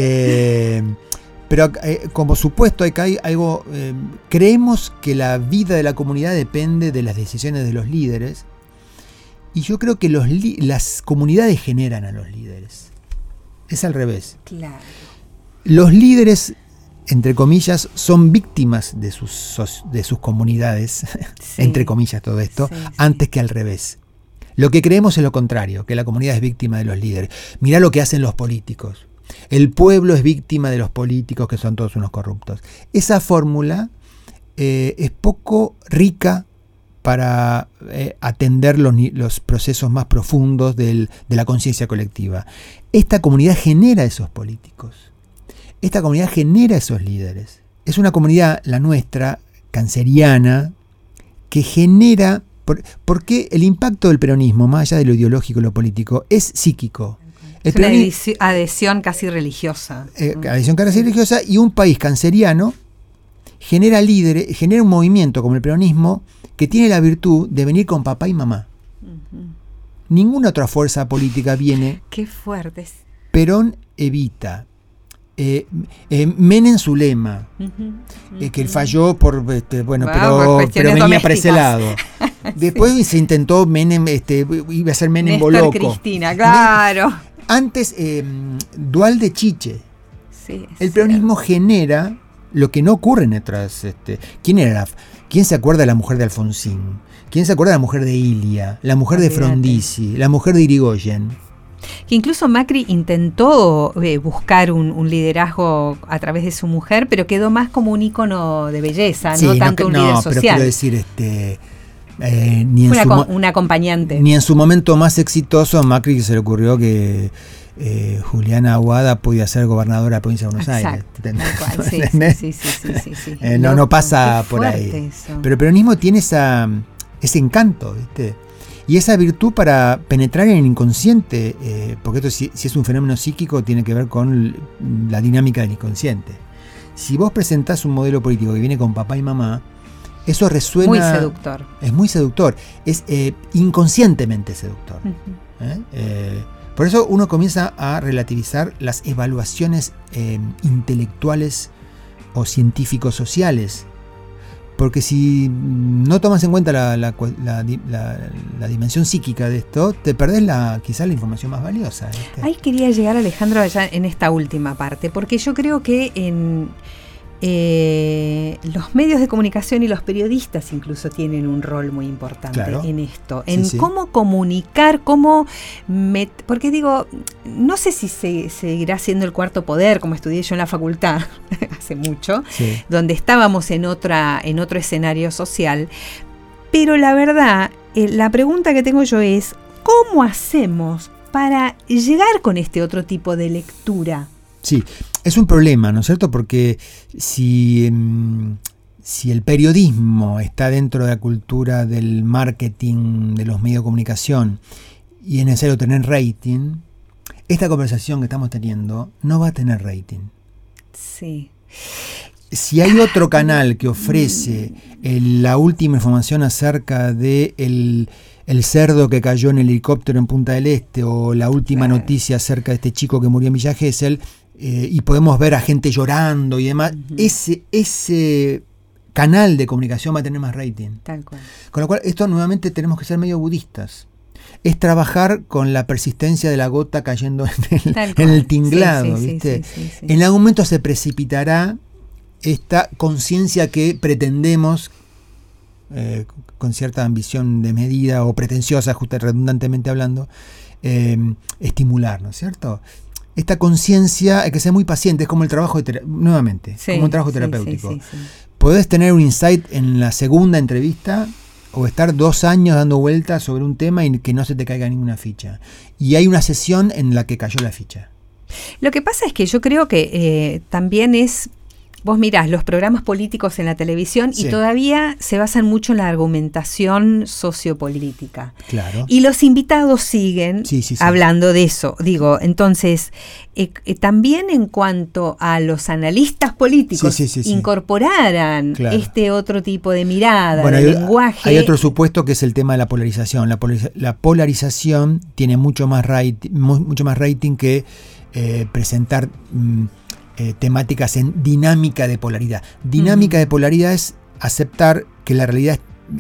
Speaker 3: Pero como supuesto hay algo, creemos que la vida de la comunidad depende de las decisiones de los líderes, y yo creo que las comunidades generan a los líderes. Es al revés.
Speaker 2: Claro.
Speaker 3: Los líderes, entre comillas, son víctimas de sus comunidades, entre comillas todo esto, antes que al revés. Lo que creemos es lo contrario, que la comunidad es víctima de los líderes. Mirá lo que hacen los políticos. El pueblo es víctima de los políticos, que son todos unos corruptos. Esa fórmula es poco rica para atender los procesos más profundos de la conciencia colectiva. Esta comunidad genera esos políticos. Esta comunidad genera esos líderes. Es una comunidad, la nuestra, canceriana, que genera... Porque el impacto del peronismo, más allá de lo ideológico y lo político, es psíquico.
Speaker 2: Es una adhesión casi religiosa.
Speaker 3: Adhesión casi religiosa, y un país canceriano genera líderes, genera un movimiento como el peronismo que tiene la virtud de venir con papá y mamá. Ninguna otra fuerza política viene.
Speaker 2: Qué fuertes.
Speaker 3: Perón evita Menem Zulema, que él falló por pero venía para ese lado. Después se intentó Menem, iba a ser Menem Boloco.
Speaker 2: Cristina, claro.
Speaker 3: Antes, Dualde Chiche.
Speaker 2: Sí,
Speaker 3: el peronismo genera lo que no ocurre en otras. ¿Quién se acuerda de la mujer de Alfonsín? ¿Quién se acuerda de la mujer de Ilia? La mujer de Frondizi, la mujer de Irigoyen.
Speaker 2: Que incluso Macri intentó buscar un liderazgo a través de su mujer, pero quedó más como un ícono de belleza, no tanto un líder social.
Speaker 3: Pero quiero decir,
Speaker 2: un acompañante.
Speaker 3: Ni en su momento más exitoso, Macri se le ocurrió que Juliana Aguada podía ser gobernadora de la provincia de Buenos Aires.
Speaker 2: Sí.
Speaker 3: No pasa por ahí.
Speaker 2: Eso.
Speaker 3: Pero el peronismo tiene ese encanto, ¿viste? Y esa virtud para penetrar en el inconsciente, porque esto si es un fenómeno psíquico, tiene que ver con la dinámica del inconsciente. Si vos presentás un modelo político que viene con papá y mamá, eso resuena...
Speaker 2: Muy seductor.
Speaker 3: Es muy seductor, es inconscientemente seductor. Por eso uno comienza a relativizar las evaluaciones intelectuales o científico-sociales. Porque si no tomas en cuenta la dimensión psíquica de esto, te perdés quizás la información más valiosa.
Speaker 2: Ahí quería llegar, Alejandro, allá en esta última parte, porque yo creo que en los medios de comunicación y los periodistas incluso tienen un rol muy importante en esto, en cómo comunicar, porque digo, no sé si seguirá siendo el cuarto poder, como estudié yo en la facultad hace mucho, donde estábamos en otro escenario social, pero la verdad, la pregunta que tengo yo es, ¿cómo hacemos para llegar con este otro tipo de lectura?
Speaker 3: Sí, es un problema, ¿no es cierto? Porque si el periodismo está dentro de la cultura del marketing, de los medios de comunicación, y es necesario tener rating, esta conversación que estamos teniendo no va a tener rating.
Speaker 2: Sí.
Speaker 3: Si hay otro canal que ofrece la última información acerca de el cerdo que cayó en el helicóptero en Punta del Este, o la última noticia acerca de este chico que murió en Villa Gesell, y podemos ver a gente llorando y demás, ese canal de comunicación va a tener más rating. Tal cual. Con lo cual, esto nuevamente tenemos que ser medio budistas. Es trabajar con la persistencia de la gota cayendo en el tinglado, ¿viste? Sí. En algún momento se precipitará esta conciencia que pretendemos, con cierta ambición de medida o pretenciosa, redundantemente hablando, estimular, ¿no es cierto? Esta conciencia hay que ser muy paciente, es como el trabajo como un trabajo terapéutico. Sí. Podés tener un insight en la segunda entrevista o estar 2 años dando vueltas sobre un tema y que no se te caiga ninguna ficha. Y hay una sesión en la que cayó la ficha.
Speaker 2: Lo que pasa es que yo creo que también es... Vos mirás los programas políticos en la televisión y todavía se basan mucho en la argumentación sociopolítica.
Speaker 3: Claro.
Speaker 2: Y los invitados siguen hablando de eso. Digo, entonces, también en cuanto a los analistas políticos incorporaran este otro tipo de mirada, de lenguaje.
Speaker 3: Hay otro supuesto que es el tema de la polarización. La polarización tiene mucho más rating que presentar... temáticas en dinámica de polaridad. Dinámica de polaridad es aceptar que la realidad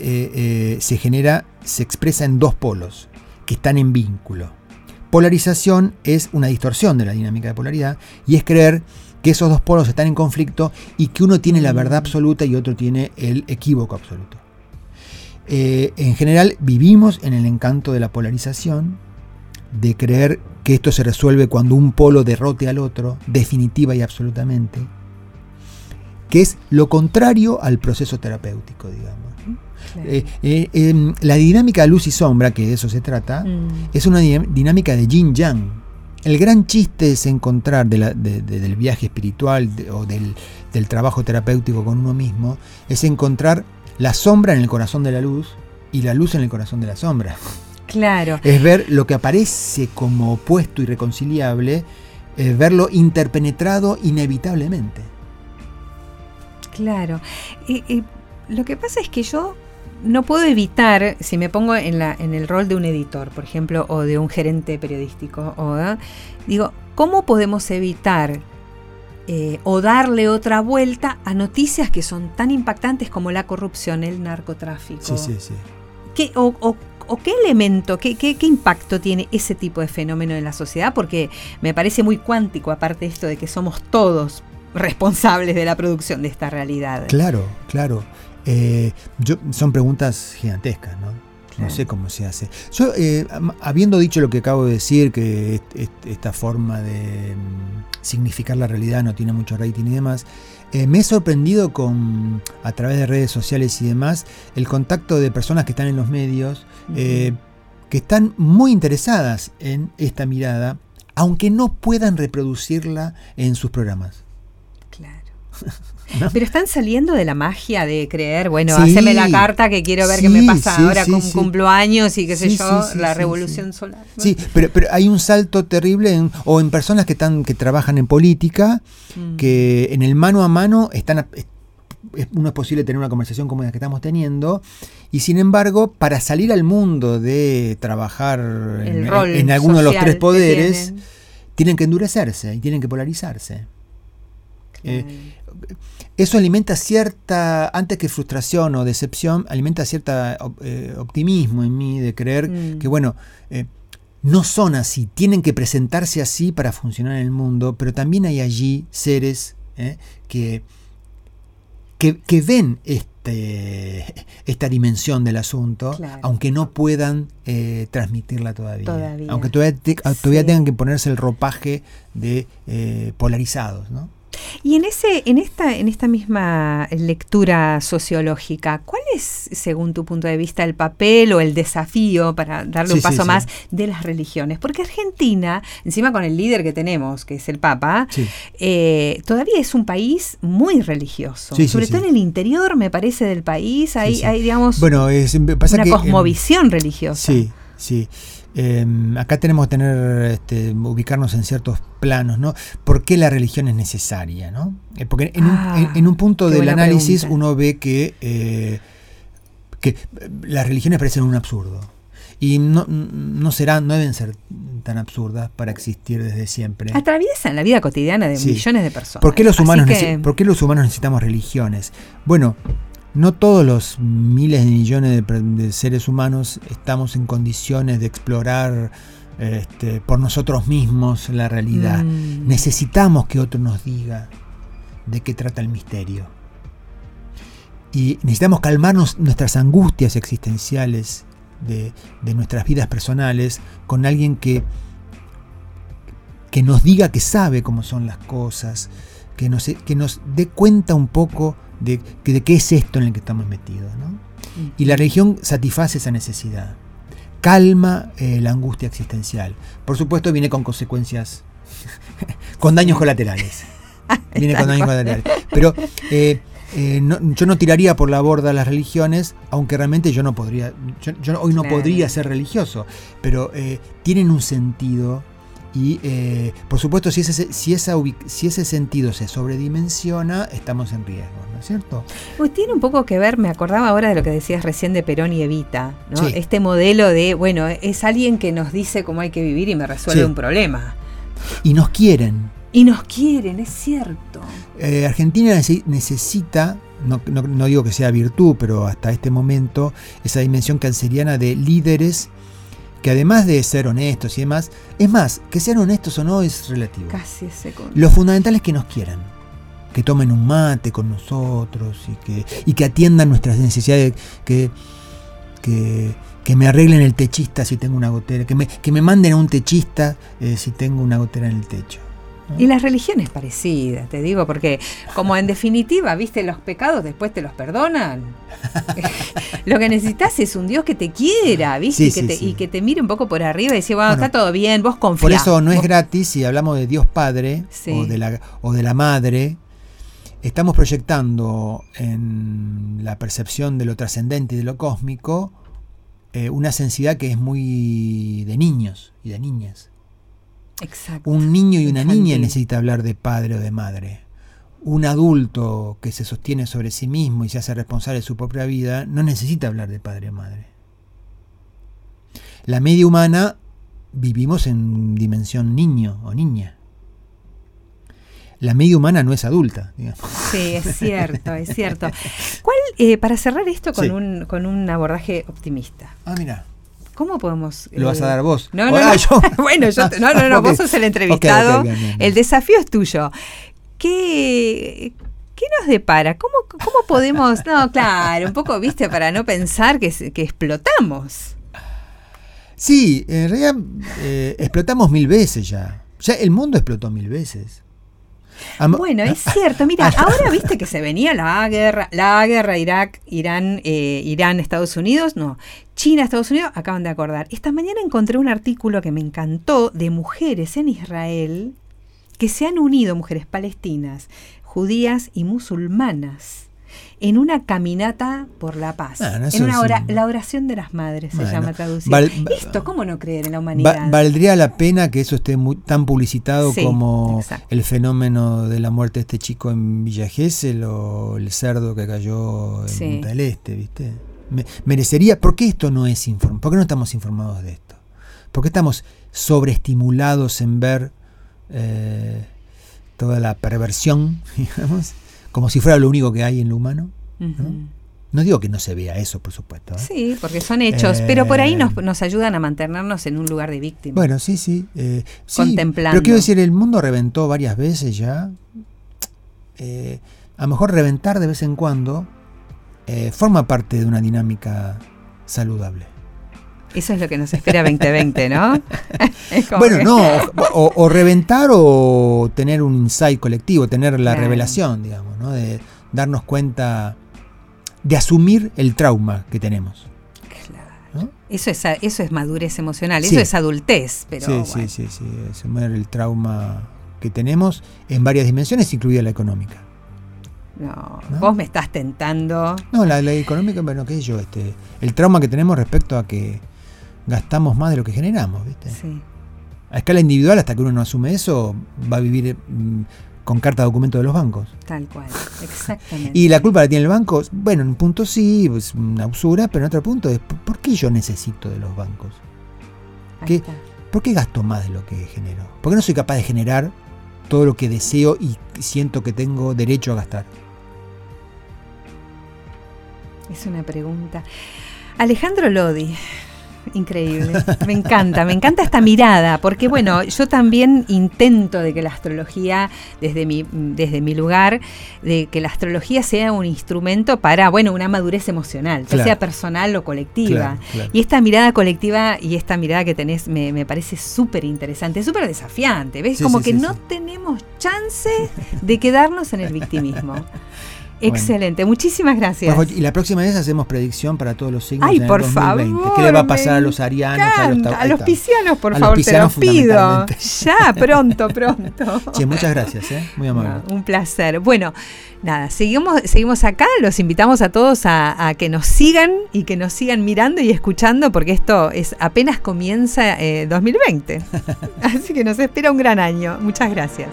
Speaker 3: se expresa en 2 polos que están en vínculo. Polarización es una distorsión de la dinámica de polaridad y es creer que esos 2 polos están en conflicto y que uno tiene la verdad absoluta y otro tiene el equívoco absoluto. En general vivimos en el encanto de la polarización, de creer que esto se resuelve cuando un polo derrote al otro, definitiva y absolutamente, que es lo contrario al proceso terapéutico, digamos. Claro. La dinámica de luz y sombra, que de eso se trata, es una dinámica de yin-yang. El gran chiste es encontrar del viaje espiritual o del trabajo terapéutico con uno mismo, es encontrar la sombra en el corazón de la luz y la luz en el corazón de la sombra.
Speaker 2: Claro.
Speaker 3: Es ver lo que aparece como opuesto y reconciliable, verlo interpenetrado inevitablemente.
Speaker 2: Claro. Lo que pasa es que yo no puedo evitar, si me pongo en el rol de un editor, por ejemplo, o de un gerente periodístico, digo, ¿cómo podemos evitar o darle otra vuelta a noticias que son tan impactantes como la corrupción, el narcotráfico. Sí. ¿O qué elemento, qué impacto tiene ese tipo de fenómeno en la sociedad? Porque me parece muy cuántico, aparte de esto de que somos todos responsables de la producción de esta realidad.
Speaker 3: Claro. Son preguntas gigantescas, ¿no? No sé cómo se hace. Yo, habiendo dicho lo que acabo de decir, que esta forma de significar la realidad no tiene mucho rating y demás, me he sorprendido a través de redes sociales y demás, el contacto de personas que están en los medios, que están muy interesadas en esta mirada, aunque no puedan reproducirla en sus programas.
Speaker 2: Claro. ¿No? Pero están saliendo de la magia de creer, bueno, haceme la carta que quiero ver qué me pasa ahora, cumplo años y qué sé yo, la revolución solar. ¿No? Sí,
Speaker 3: pero hay un salto terrible en personas que trabajan en política, que en el mano a mano no es posible tener una conversación como la que estamos teniendo, y sin embargo, para salir al mundo de trabajar en alguno de los tres poderes, tienen que endurecerse y tienen que polarizarse. Eso alimenta cierta, antes que frustración o decepción, alimenta cierta optimismo en mí de creer que no son así, tienen que presentarse así para funcionar en el mundo, pero también hay allí seres que ven esta dimensión del asunto, aunque no puedan transmitirla todavía. Aunque todavía tengan que ponerse el ropaje de polarizados, ¿no?
Speaker 2: Y en esta misma lectura sociológica, ¿cuál es, según tu punto de vista, el papel o el desafío, para darle un paso más, de las religiones? Porque Argentina, encima con el líder que tenemos, que es el Papa, todavía es un país muy religioso. Sobre todo en el interior, me parece, del país, hay digamos, una cosmovisión religiosa.
Speaker 3: Sí. Acá tenemos que ubicarnos en ciertos planos, ¿no? ¿Por qué la religión es necesaria, ¿no? Porque en un punto del análisis pregunta. Uno ve que las religiones parecen un absurdo y no deben ser tan absurdas para existir desde siempre.
Speaker 2: Atraviesan la vida cotidiana de millones de personas.
Speaker 3: ¿Por qué los humanos necesitamos religiones? Bueno, no todos los miles de millones de seres humanos estamos en condiciones de explorar por nosotros mismos la realidad. Necesitamos que otro nos diga de qué trata el misterio. Y necesitamos calmarnos nuestras angustias existenciales de nuestras vidas personales con alguien que nos diga que sabe cómo son las cosas, que nos dé cuenta un poco de qué es esto en el que estamos metidos, ¿no? Y la religión satisface esa necesidad, calma la angustia existencial. Por supuesto viene con consecuencias, con daños colaterales. Pero yo no tiraría por la borda las religiones, aunque realmente yo no podría ser religioso, pero tienen un sentido. Y por supuesto, si ese sentido se sobredimensiona, estamos en riesgo, ¿no es cierto?
Speaker 2: Pues tiene un poco que ver, me acordaba ahora de lo que decías recién de Perón y Evita, ¿no? Sí. Este modelo de, es alguien que nos dice cómo hay que vivir y me resuelve un problema.
Speaker 3: Y nos quieren.
Speaker 2: Es cierto.
Speaker 3: Argentina necesita, no digo que sea virtud, pero hasta este momento, esa dimensión canceriana de líderes que además de ser honestos y demás, es más, que sean honestos o no es relativo.
Speaker 2: Casi ese concepto.
Speaker 3: Lo fundamental es que nos quieran, que tomen un mate con nosotros y que atiendan nuestras necesidades, que me arreglen el techista si tengo una gotera, que me manden a un techista si tengo una gotera en el techo. ¿No?
Speaker 2: Y las religiones parecidas, te digo, porque como en definitiva, viste, los pecados después te los perdonan. Lo que necesitas es un Dios que te quiera, viste, y que te mire un poco por arriba y decir, bueno, está todo bien, vos confiás.
Speaker 3: Por eso no es gratis, si hablamos de Dios Padre o de la Madre, estamos proyectando en la percepción de lo trascendente y de lo cósmico una sensibilidad que es muy de niños y de niñas.
Speaker 2: Exacto.
Speaker 3: Un niño y una niña necesita hablar de padre o de madre. Un adulto que se sostiene sobre sí mismo y se hace responsable de su propia vida no necesita hablar de padre o madre. La media humana vivimos en dimensión niño o niña. la media humana no es adulta, digamos.
Speaker 2: Sí, es cierto, es cierto. ¿Cuál, para cerrar esto con, con un abordaje optimista?
Speaker 3: Mira.
Speaker 2: ¿Cómo podemos...?
Speaker 3: ¿Lo vas a dar vos?
Speaker 2: No. Yo. Bueno, no, okay. Vos sos el entrevistado. Okay, bien. El desafío es tuyo. ¿Qué nos depara? ¿Cómo podemos...? No, claro, un poco, viste, para no pensar que explotamos.
Speaker 3: Sí, en realidad explotamos 1000 veces ya. Ya el mundo explotó 1000 veces.
Speaker 2: Bueno, es cierto. Mira, ahora viste que se venía la guerra Irak, Irán, Estados Unidos. No, China, Estados Unidos, acaban de acordar. Esta mañana encontré un artículo que me encantó de mujeres en Israel que se han unido, mujeres palestinas, judías y musulmanas, en una caminata por la paz. La oración de las madres se llama traducida. Esto, ¿cómo no creer en la humanidad?
Speaker 3: Valdría la pena que eso esté tan publicitado como el fenómeno de la muerte de este chico en Villa Gesell o el cerdo que cayó en Punta del Este, ¿viste? Merecería. ¿Por qué esto no es informado? ¿Por qué no estamos informados de esto? ¿Por qué estamos sobreestimulados en ver toda la perversión, digamos, como si fuera lo único que hay en lo humano? No digo que no se vea eso, por supuesto.
Speaker 2: Sí, porque son hechos, pero por ahí nos ayudan a mantenernos en un lugar de víctima.
Speaker 3: Bueno, sí.
Speaker 2: Contemplando.
Speaker 3: Pero quiero decir, el mundo reventó varias veces ya. A lo mejor reventar de vez en cuando forma parte de una dinámica saludable.
Speaker 2: Eso es lo que nos espera 2020, ¿no?
Speaker 3: Bueno, no, o reventar o tener un insight colectivo, tener la revelación, digamos, ¿no? De darnos cuenta, de asumir el trauma que tenemos.
Speaker 2: Claro. ¿No? Eso es madurez emocional, eso es adultez. Pero
Speaker 3: sí, asumir el trauma que tenemos en varias dimensiones, incluida la económica.
Speaker 2: No, vos me estás tentando.
Speaker 3: No, la económica, bueno, qué sé yo, el trauma que tenemos respecto a que gastamos más de lo que generamos, ¿viste?
Speaker 2: Sí.
Speaker 3: A escala individual, hasta que uno no asume eso, va a vivir con carta de documento de los bancos.
Speaker 2: Tal cual, exactamente.
Speaker 3: Y la culpa la tiene el banco. Bueno, en un punto sí, es una usura, pero en otro punto es ¿por qué yo necesito de los bancos? ¿Por qué gasto más de lo que genero? ¿Por qué no soy capaz de generar todo lo que deseo y siento que tengo derecho a gastar?
Speaker 2: Es una pregunta. Alejandro Lodi. Increíble, me encanta esta mirada, porque bueno, yo también intento de que la astrología, desde mi lugar, de que la astrología sea un instrumento para, una madurez emocional, ya sea personal o colectiva. Claro. Y esta mirada colectiva y esta mirada que tenés me parece súper interesante, súper desafiante, ¿ves? No tenemos chance de quedarnos en el victimismo. Excelente, muchísimas gracias.
Speaker 3: Y la próxima vez hacemos predicción para todos los signos en el
Speaker 2: por
Speaker 3: 2020.
Speaker 2: Favor,
Speaker 3: ¿qué le va a pasar a los arianos,
Speaker 2: a los piscianos, por favor, te lo pido. Ya, pronto.
Speaker 3: Che, muchas gracias, muy amable.
Speaker 2: Un placer. Bueno, nada, seguimos acá, los invitamos a todos a que nos sigan y que nos sigan mirando y escuchando, porque esto apenas comienza 2020. Así que nos espera un gran año. Muchas gracias.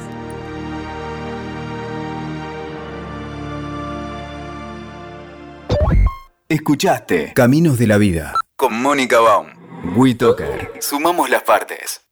Speaker 1: Escuchaste Caminos de la Vida con Mónica Baum. WeToker. Sumamos las partes.